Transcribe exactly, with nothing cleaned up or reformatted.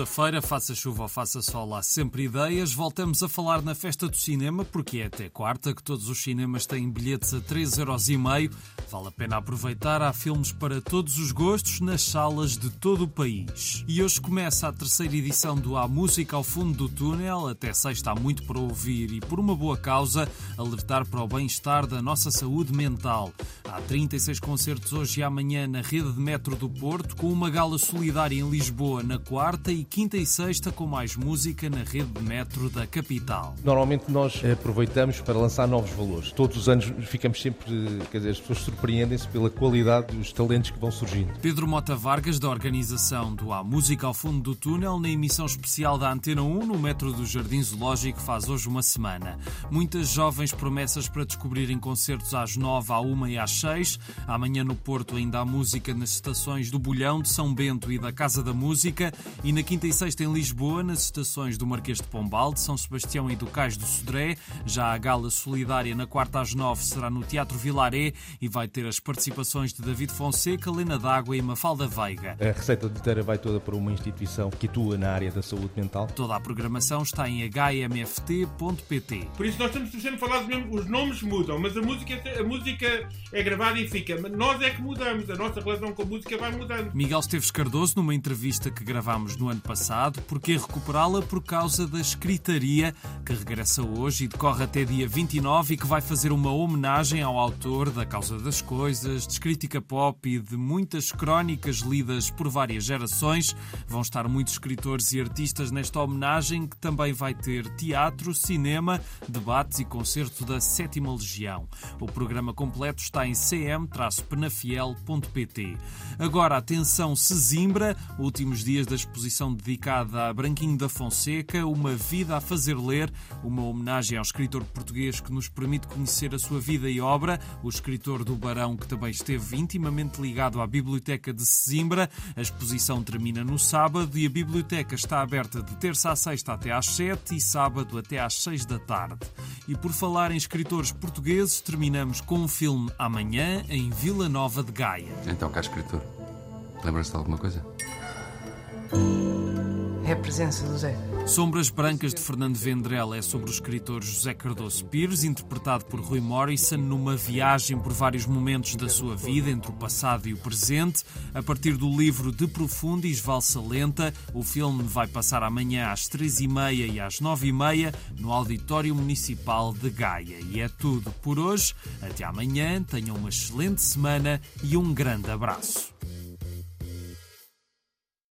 segunda-feira, faça chuva ou faça sol, há sempre ideias. Voltamos a falar na Festa do Cinema, porque é até quarta que todos os cinemas têm bilhetes a três euros e meio. Vale a pena aproveitar, há filmes para todos os gostos nas salas de todo o país. E hoje começa a terceira edição do Há Música ao Fundo do Túnel. Até sexta há muito para ouvir e, por uma boa causa, alertar para o bem-estar da nossa saúde mental. Há trinta e seis concertos hoje e amanhã na rede de metro do Porto, com uma gala solidária em Lisboa na quarta e quinta e sexta com mais música na rede de metro da capital. Normalmente nós aproveitamos para lançar novos valores. Todos os anos ficamos sempre, quer dizer, as pessoas surpreendem-se pela qualidade dos talentos que vão surgindo. Pedro Mota Vargas, da organização do Há Música ao Fundo do Túnel, na emissão especial da Antena um, no metro do Jardim Zoológico, faz hoje uma semana. Muitas jovens promessas para descobrirem concertos às nove, à uma e às seis. Amanhã no Porto ainda há música nas estações do Bolhão, de São Bento e da Casa da Música. E na quinta e sexta em Lisboa, nas estações do Marquês de Pombal, de São Sebastião e do Cais do Sodré. Já a gala solidária na quarta às nove será no Teatro Vilaré e vai ter as participações de David Fonseca, Lena D'Água e Mafalda Veiga. A receita de inteira vai toda para uma instituição que atua na área da saúde mental. Toda a programação está em h m f t ponto p t. Por isso nós estamos sempre a falar dos mesmos, os nomes mudam, mas a música, a música é gravada e fica. Mas nós é que mudamos, a nossa relação com a música vai mudando. Miguel Esteves Cardoso, numa entrevista que gravámos no ano passado, porque recuperá-la por causa da escritaria, que regressa hoje e decorre até dia vinte e nove e que vai fazer uma homenagem ao autor da Causa das Coisas, de Escritica Pop e de muitas crónicas lidas por várias gerações. Vão estar muitos escritores e artistas nesta homenagem, que também vai ter teatro, cinema, debates e concerto da Sétima Legião. O programa completo está em c m penafiel ponto p t. Agora, atenção, Sesimbra, últimos dias da exposição dedicada a Branquinho da Fonseca, uma vida a fazer ler, uma homenagem ao escritor português que nos permite conhecer a sua vida e obra, o escritor do Barão, que também esteve intimamente ligado à Biblioteca de Sesimbra. A exposição termina no sábado e a biblioteca está aberta de terça à sexta até às sete e sábado até às seis da tarde. E por falar em escritores portugueses, terminamos com um filme amanhã em Vila Nova de Gaia. Então, cá escritor, lembra-se de alguma coisa? É a presença do Zé. Sombras Brancas, de Fernando Vendrell, é sobre o escritor José Cardoso Pires, interpretado por Rui Morrison, numa viagem por vários momentos da sua vida, entre o passado e o presente. A partir do livro De Profundis, Valsa Lenta, o filme vai passar amanhã às três e meia e às nove e meia no Auditório Municipal de Gaia. E é tudo por hoje. Até amanhã, tenham uma excelente semana e um grande abraço.